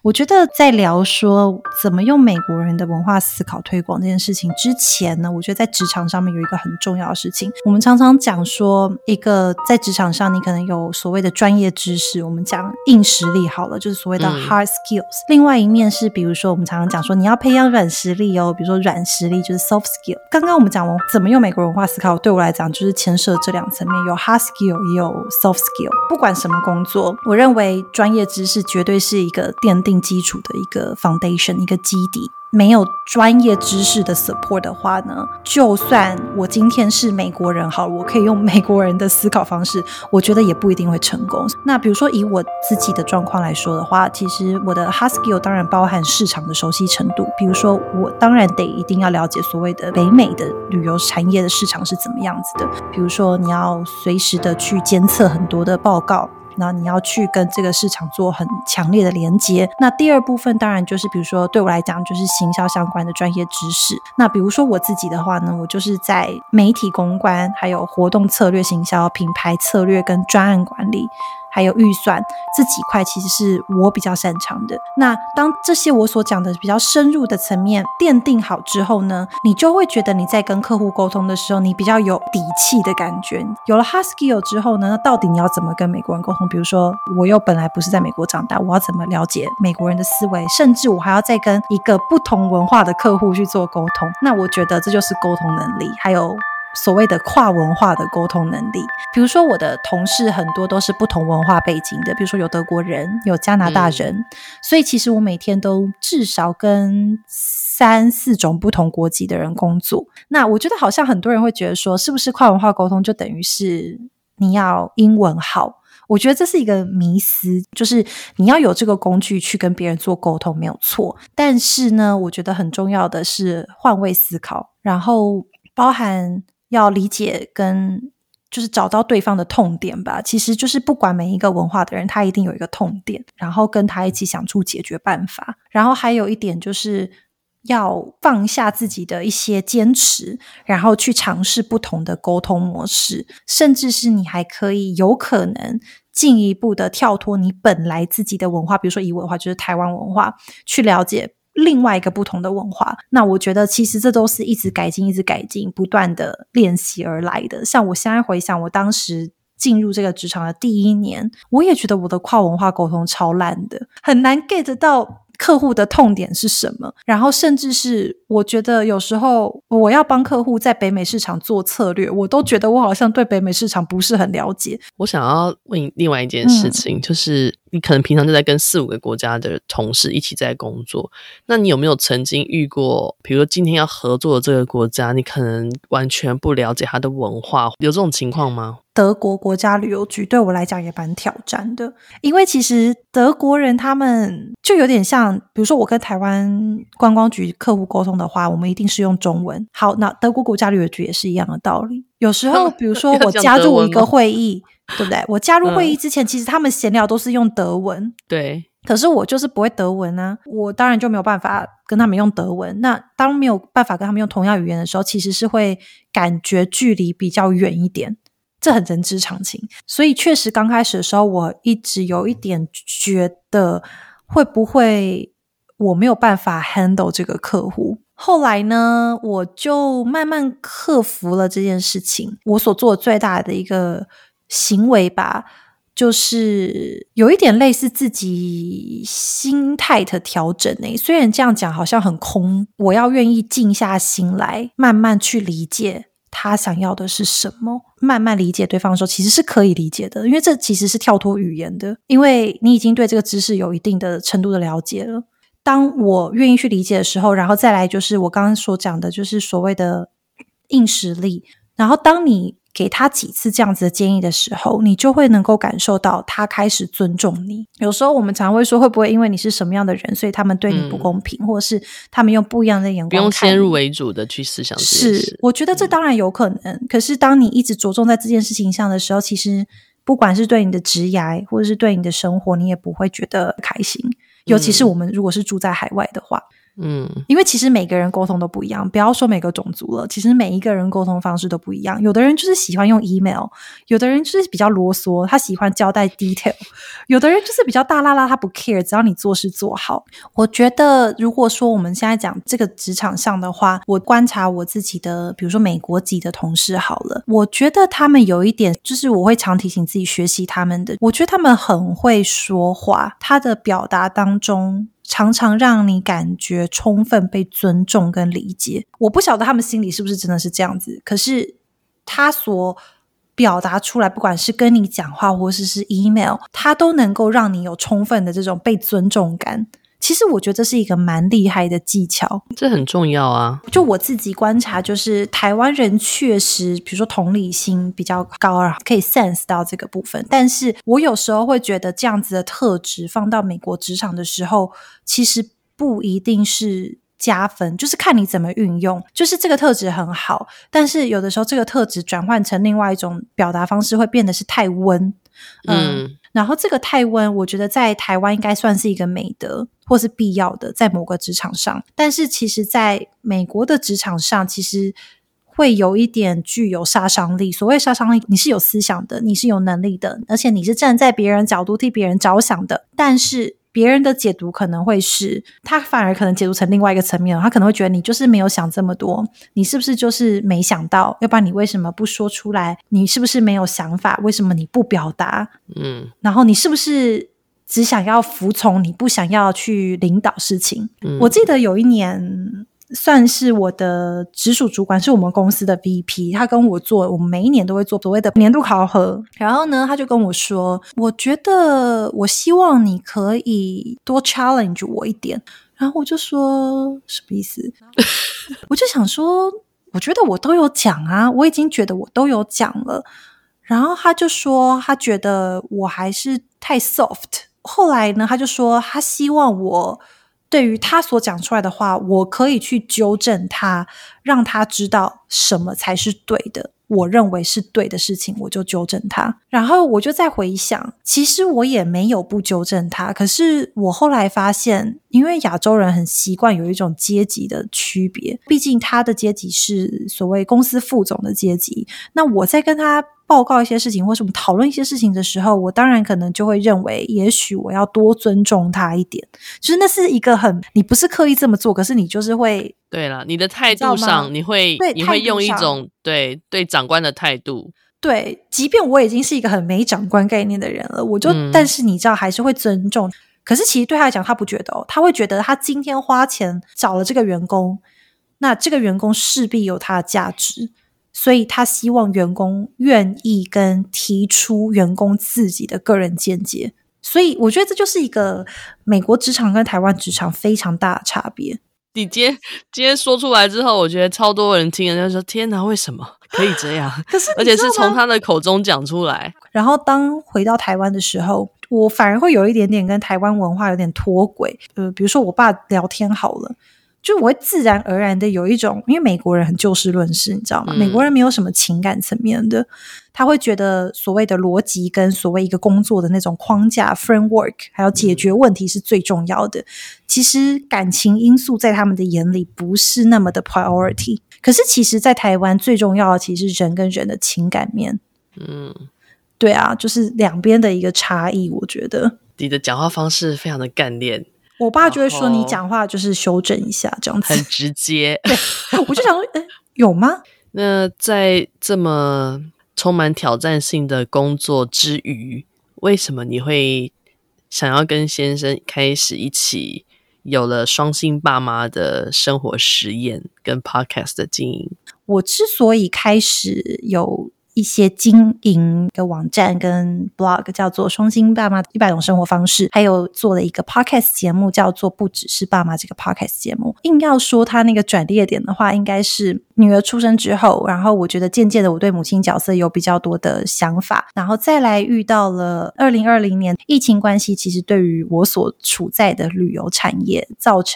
我觉得在聊说怎么用美国人的文化思考推广这件事情之前呢，我觉得在职场上面有一个很重要的事情。我们常常讲说一个在职场上你可能有所谓的专业知识，我们讲硬实力好了，就是所谓的 hard skills，另外一面是比如说我们常常讲说你要培养软实力哦，比如说软实力就是 soft skill。刚刚我们讲怎么用美国文化思考，对我来讲就是牵涉这两层面，有 hard skill 也有 soft skill。不管什么工作，我认为专业知识绝对是一个奠定基础的一个 foundation， 一个基底。没有专业知识的 support 的话呢，就算我今天是美国人好了，我可以用美国人的思考方式，我觉得也不一定会成功。那比如说以我自己的状况来说的话，其实我的 hard skill 当然包含市场的熟悉程度，比如说我当然一定要了解所谓的北美的旅游产业的市场是怎么样子的，比如说你要随时的去监测很多的报告，那你要去跟这个市场做很强烈的连接。那第二部分当然就是比如说对我来讲就是行销相关的专业知识。那比如说我自己的话呢，我就是在媒体公关还有活动策略行销、品牌策略跟专案管理还有预算这几块其实是我比较擅长的。那当这些我所讲的比较深入的层面奠定好之后呢，你就会觉得你在跟客户沟通的时候你比较有底气的感觉。有了 hard skill 之后呢，那到底你要怎么跟美国人沟通？比如说我又本来不是在美国长大，我要怎么了解美国人的思维，甚至我还要再跟一个不同文化的客户去做沟通。那我觉得这就是沟通能力，还有所谓的跨文化的沟通能力。比如说我的同事很多都是不同文化背景的，比如说有德国人，有加拿大人，所以其实我每天都至少跟3-4种不同国籍的人工作。那我觉得好像很多人会觉得说，是不是跨文化沟通就等于是你要英文好？我觉得这是一个迷思，就是你要有这个工具去跟别人做沟通没有错，但是呢，我觉得很重要的是换位思考，然后包含要理解跟就是找到对方的痛点吧。其实就是不管每一个文化的人他一定有一个痛点，然后跟他一起想出解决办法。然后还有一点就是要放下自己的一些坚持，然后去尝试不同的沟通模式，甚至是你还可以有可能进一步的跳脱你本来自己的文化，比如说以我的话就是台湾文化，去了解另外一个不同的文化。那我觉得其实这都是一直改进不断的练习而来的。像我现在回想我当时进入这个职场的第1年，我也觉得我的跨文化沟通超烂的，很难 get 到客户的痛点是什么，然后甚至是我觉得有时候我要帮客户在北美市场做策略，我都觉得我好像对北美市场不是很了解。
我想要问你另外一件事情，就是你可能平常就在跟4-5个国家的同事一起在工作，那你有没有曾经遇过比如说今天要合作的这个国家你可能完全不了解它的文化，有这种情况吗？
德国国家旅游局对我来讲也蛮挑战的，因为其实德国人他们就有点像，比如说我跟台湾观光局客户沟通的话，我们一定是用中文。好，那德国国家旅游局也是一样的道理。有时候比如说我加入一个会议对不对？我加入会议之前其实他们闲聊都是用德文，
对，
可是我就是不会德文啊，我当然就没有办法跟他们用德文。那当没有办法跟他们用同样语言的时候，其实是会感觉距离比较远一点，这很人之常情。所以确实刚开始的时候我一直有一点觉得会不会我没有办法 handle 这个客户。后来呢，我就慢慢克服了这件事情。我所做的最大的一个行为吧，就是有一点类似自己心态的调整虽然这样讲好像很空，我要愿意静下心来慢慢去理解他想要的是什么，慢慢理解对方的时候其实是可以理解的，因为这其实是跳脱语言的，因为你已经对这个知识有一定的程度的了解了。当我愿意去理解的时候，然后再来就是我刚刚所讲的就是所谓的硬实力，然后当你给他几次这样子的建议的时候，你就会能够感受到他开始尊重你。有时候我们常会说会不会因为你是什么样的人所以他们对你不公平，或者是他们用不一样的眼光看你，
不用先入为主的去思想这件事。
是，我觉得这当然有可能可是当你一直着重在这件事情上的时候，其实不管是对你的职涯或者是对你的生活，你也不会觉得开心，尤其是我们如果是住在海外的话。 因为其实每个人沟通都不一样，不要说每个种族了，其实每一个人沟通方式都不一样。有的人就是喜欢用 email， 有的人就是比较啰嗦，他喜欢交代 detail， 有的人就是比较大剌剌，他不 care， 只要你做事做好。我觉得如果说我们现在讲这个职场上的话，我观察我自己的比如说美国籍的同事好了，我觉得他们有一点就是我会常提醒自己学习他们的，我觉得他们很会说话，他的表达当中常常让你感觉充分被尊重跟理解。我不晓得他们心里是不是真的是这样子，可是他所表达出来，不管是跟你讲话或是 email， 他都能够让你有充分的这种被尊重感。其实我觉得这是一个蛮厉害的技巧，
这很重要啊。
就我自己观察，就是台湾人确实比如说同理心比较高，可以 sense 到这个部分，但是我有时候会觉得这样子的特质放到美国职场的时候，其实不一定是加分，就是看你怎么运用。就是这个特质很好，但是有的时候这个特质转换成另外一种表达方式会变得是太温，然后这个太温我觉得在台湾应该算是一个美德或是必要的，在某个职场上，但是其实在美国的职场上其实会有一点具有杀伤力。所谓杀伤力，你是有思想的，你是有能力的，而且你是站在别人角度替别人着想的，但是别人的解读可能会是他反而可能解读成另外一个层面，他可能会觉得你就是没有想这么多，你是不是就是没想到，要不然你为什么不说出来，你是不是没有想法，为什么你不表达，然后你是不是只想要服从，你不想要去领导事情。我记得有一年算是我的直属主管，是我们公司的 VP， 他跟我做，我们每一年都会做所谓的年度考核，然后呢他就跟我说，我觉得我希望你可以多 challenge 我一点。然后我就说什么意思我就想说我觉得我都有讲啊，我已经觉得我都有讲了。然后他就说他觉得我还是太 soft。后来呢他就说他希望我对于他所讲出来的话，我可以去纠正他，让他知道什么才是对的，我认为是对的事情我就纠正他。然后我就再回想，其实我也没有不纠正他，可是我后来发现，因为亚洲人很习惯有一种阶级的区别，毕竟他的阶级是所谓公司副总的阶级，那我在跟他报告一些事情或是我们讨论一些事情的时候，我当然可能就会认为也许我要多尊重他一点，就是那是一个很你不是刻意这么做，可是你就是会，
对啦，你的态度上你会用一种对长官的态度，
对，即便我已经是一个很没长官概念的人了，我就但是你知道还是会尊重。可是其实对他来讲他不觉得他会觉得他今天花钱找了这个员工，那这个员工势必有他的价值，所以他希望员工愿意跟提出员工自己的个人见解。所以我觉得这就是一个美国职场跟台湾职场非常大的差别。
你今天说出来之后，我觉得超多人听了就说天哪，为什么可以这样
可是
而且是从他的口中讲出来。
然后当回到台湾的时候，我反而会有一点点跟台湾文化有点脱轨。比如说我爸聊天好了，就我会自然而然的有一种，因为美国人很就事论事，你知道吗？美国人没有什么情感层面的，他会觉得所谓的逻辑跟所谓一个工作的那种框架 framework 还有解决问题是最重要的。其实感情因素在他们的眼里不是那么的 priority， 可是其实在台湾最重要的其实是人跟人的情感面。对啊，就是两边的一个差异。我觉得
你的讲话方式非常的干练，
我爸就会说你讲话就是修正一下这样子，
很直接。
对，我就想说有吗？
那在这么充满挑战性的工作之余，为什么你会想要跟先生开始一起有了双薪爸妈的生活实验跟 podcast 的经营？
我之所以开始有一些经营的网站跟 blog 叫做双薪爸妈100种生活方式，还有做了一个 podcast 节目叫做不只是爸妈这个 podcast 节目。硬要说他那个转捩点的话，应该是女儿出生之后，然后我觉得渐渐的我对母亲角色有比较多的想法，然后再来遇到了2020年疫情关系，其实对于我所处在的旅游产业造成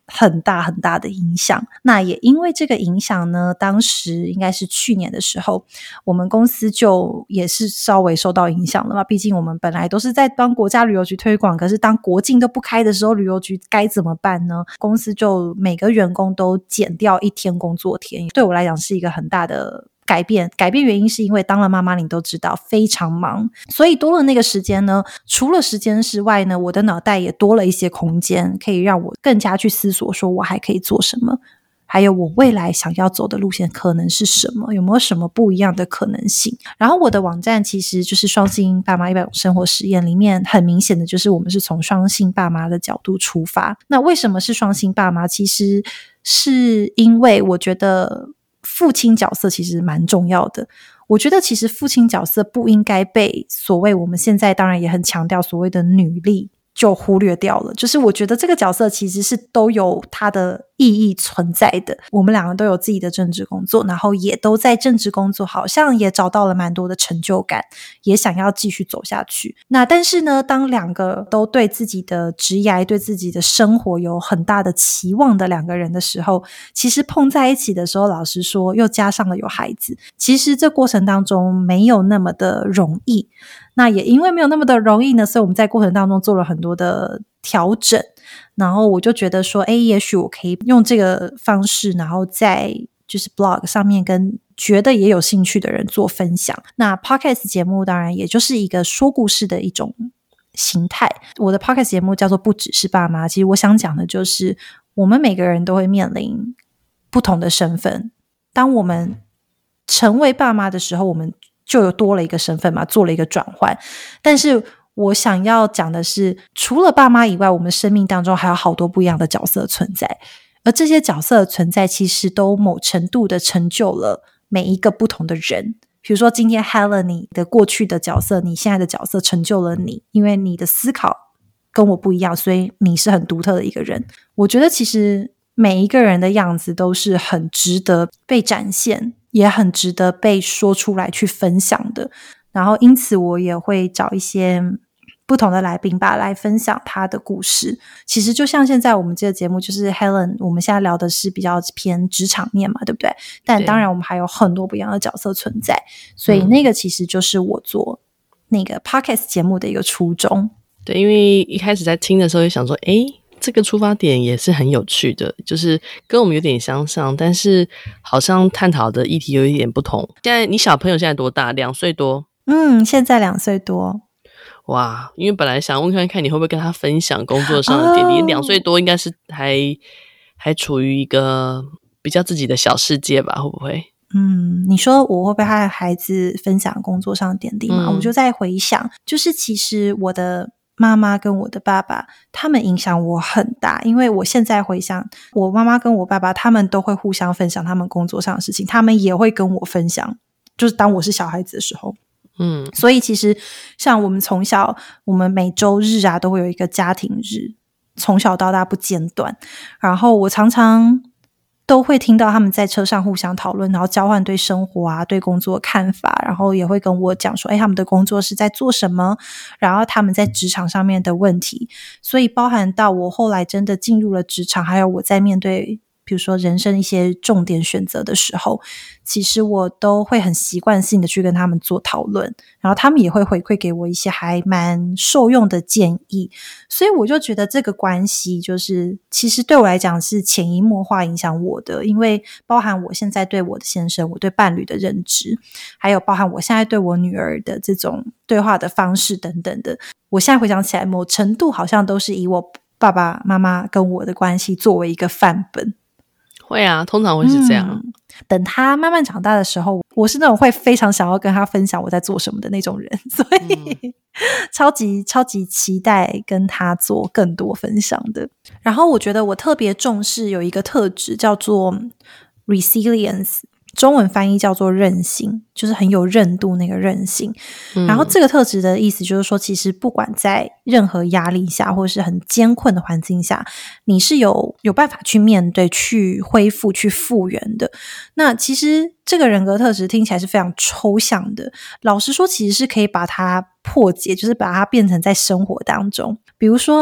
很大很大的影响。那也因为这个影响呢，当时应该是去年的时候，我们公司就也是稍微受到影响了嘛。毕竟我们本来都是在帮国家旅游局推广，可是当国境都不开的时候，旅游局该怎么办呢？公司就每个员工都减掉1天工作天，对我来讲是一个很大的改变原因是因为当了妈妈你都知道非常忙，所以多了那个时间呢，除了时间之外呢，我的脑袋也多了一些空间，可以让我更加去思索说我还可以做什么，还有我未来想要走的路线可能是什么，有没有什么不一样的可能性。然后我的网站其实就是双薪爸妈100种生活实验里面很明显的就是我们是从双薪爸妈的角度出发。那为什么是双薪爸妈？其实是因为我觉得父亲角色其实蛮重要的。我觉得其实父亲角色不应该被所谓我们现在当然也很强调所谓的女力就忽略掉了，就是我觉得这个角色其实是都有它的意义存在的。我们两个都有自己的正职工作，然后也都在正职工作好像也找到了蛮多的成就感，也想要继续走下去。那但是呢，当两个都对自己的职业对自己的生活有很大的期望的两个人的时候，其实碰在一起的时候，老实说又加上了有孩子，其实这过程当中没有那么的容易。那也因为没有那么的容易呢，所以我们在过程当中做了很多的调整，然后我就觉得说也许我可以用这个方式，然后在就是 blog 上面跟觉得也有兴趣的人做分享。那 podcast 节目当然也就是一个说故事的一种形态。我的 podcast 节目叫做不只是爸妈，其实我想讲的就是我们每个人都会面临不同的身份，当我们成为爸妈的时候，我们就有多了一个身份嘛，做了一个转换。但是我想要讲的是，除了爸妈以外，我们生命当中还有好多不一样的角色存在，而这些角色的存在其实都某程度的成就了每一个不同的人。比如说今天 Helen 你的过去的角色，你现在的角色成就了你，因为你的思考跟我不一样，所以你是很独特的一个人。我觉得其实每一个人的样子都是很值得被展现，也很值得被说出来去分享的。然后因此我也会找一些不同的来宾吧，来分享他的故事。其实就像现在我们这个节目就是 Helen 我们现在聊的是比较偏职场面嘛，对不对？但当然我们还有很多不一样的角色存在，所以那个其实就是我做那个 podcast 节目的一个初衷。
对，因为一开始在听的时候就想说这个出发点也是很有趣的，就是跟我们有点相像，但是好像探讨的议题有一点不同。现在你小朋友现在多大？2岁多？
现在2岁多。
哇，因为本来想问看你会不会跟他分享工作上的点滴，2岁多应该是还处于一个比较自己的小世界吧，会不会？
你说我会不会和孩子分享工作上的点滴嘛？我就在回想，就是其实我的妈妈跟我的爸爸他们影响我很大，因为我现在回想，我妈妈跟我爸爸他们都会互相分享他们工作上的事情，他们也会跟我分享，就是当我是小孩子的时候。所以其实像我们从小我们每周日都会有一个家庭日，从小到大不间断，然后我常常都会听到他们在车上互相讨论，然后交换对生活对工作的看法，然后也会跟我讲说他们的工作是在做什么，然后他们在职场上面的问题。所以包含到我后来真的进入了职场，还有我在面对比如说人生一些重点选择的时候，其实我都会很习惯性的去跟他们做讨论，然后他们也会回馈给我一些还蛮受用的建议。所以我就觉得这个关系就是其实对我来讲是潜移默化影响我的，因为包含我现在对我的先生，我对伴侣的认知，还有包含我现在对我女儿的这种对话的方式等等的，我现在回想起来某程度好像都是以我爸爸妈妈跟我的关系作为一个范本。
会通常会是这样。
等他慢慢长大的时候，我是那种会非常想要跟他分享我在做什么的那种人，所以超级超级期待跟他做更多分享的。然后我觉得我特别重视有一个特质叫做 resilience， 中文翻译叫做韧性，就是很有韧度那个韧性。然后这个特质的意思就是说，其实不管在任何压力下或是很艰困的环境下，你是有办法去面对，去恢复，去复原的。那其实这个人格特质听起来是非常抽象的，老实说其实是可以把它破解，就是把它变成在生活当中。比如说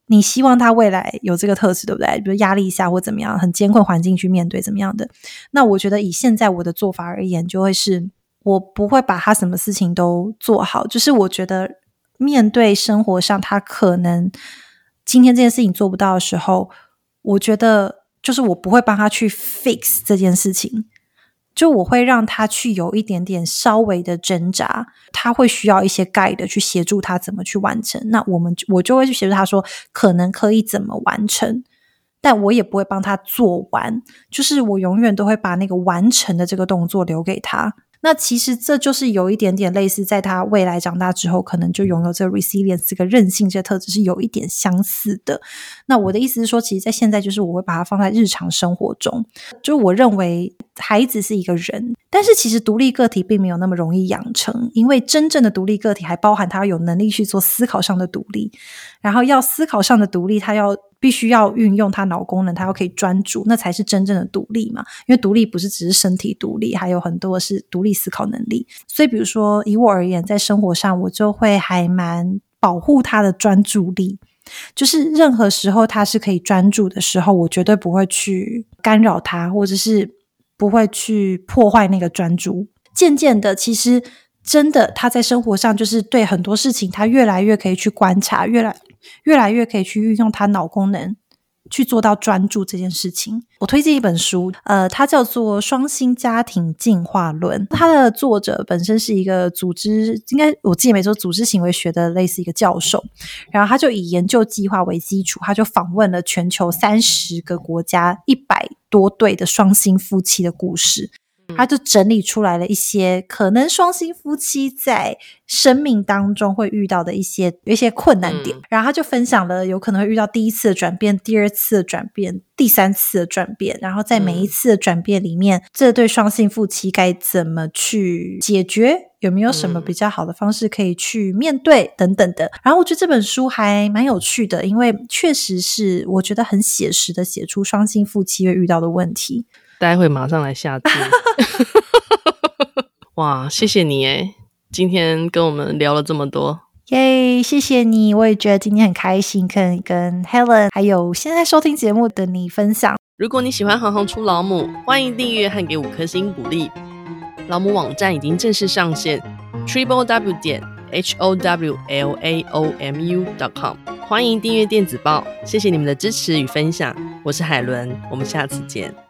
你希望他未来有这个特质，对不对？比如压力下或怎么样，很艰困环境去面对怎么样的。那我觉得以现在我的做法而言，就会是我不会把他什么事情都做好，就是我觉得面对生活上他可能今天这件事情做不到的时候，我觉得就是我不会帮他去 fix 这件事情，就我会让他去有一点点稍微的挣扎，他会需要一些 guide 去协助他怎么去完成，那我就会去协助他说可能可以怎么完成，但我也不会帮他做完，就是我永远都会把那个完成的这个动作留给他。那其实这就是有一点点类似在他未来长大之后可能就拥有这个 resilience 这个韧性这个特质是有一点相似的。那我的意思是说，其实在现在就是我会把它放在日常生活中，就我认为孩子是一个人，但是其实独立个体并没有那么容易养成，因为真正的独立个体还包含他有能力去做思考上的独立，然后要思考上的独立，他必须要运用他脑功能，他要可以专注，那才是真正的独立嘛。因为独立不是只是身体独立，还有很多是独立思考能力。所以比如说以我而言，在生活上我就会还蛮保护他的专注力，就是任何时候他是可以专注的时候，我绝对不会去干扰他，或者是不会去破坏那个专注。渐渐的其实真的他在生活上就是对很多事情他越来越可以去观察，越来越可以去运用他脑功能去做到专注这件事情。我推荐一本书，它叫做《双薪家庭进化论》，它的作者本身是一个应该我记得没错，组织行为学的类似一个教授，然后他就以研究计划为基础，他就访问了全球30个国家100多对的双薪夫妻的故事，他就整理出来了一些可能双薪夫妻在生命当中会遇到的有一些困难点，然后他就分享了有可能会遇到第一次的转变，第二次的转变，第三次的转变，然后在每一次的转变里面，这对双薪夫妻该怎么去解决，有没有什么比较好的方式可以去面对等等的。然后我觉得这本书还蛮有趣的，因为确实是我觉得很写实的写出双薪夫妻会遇到的问题。
待会马上来下注。哇，谢谢你耶，今天跟我们聊了这么多。
耶，谢谢你，我也觉得今天很开心可以跟 Helen 还有现在收听节目的你分享。
如果你喜欢行行出老母，欢迎订阅和给5颗星鼓励。老母网站已经正式上线 www.howlaomu.com， 欢迎订阅电子报。谢谢你们的支持与分享，我是海伦，我们下次见。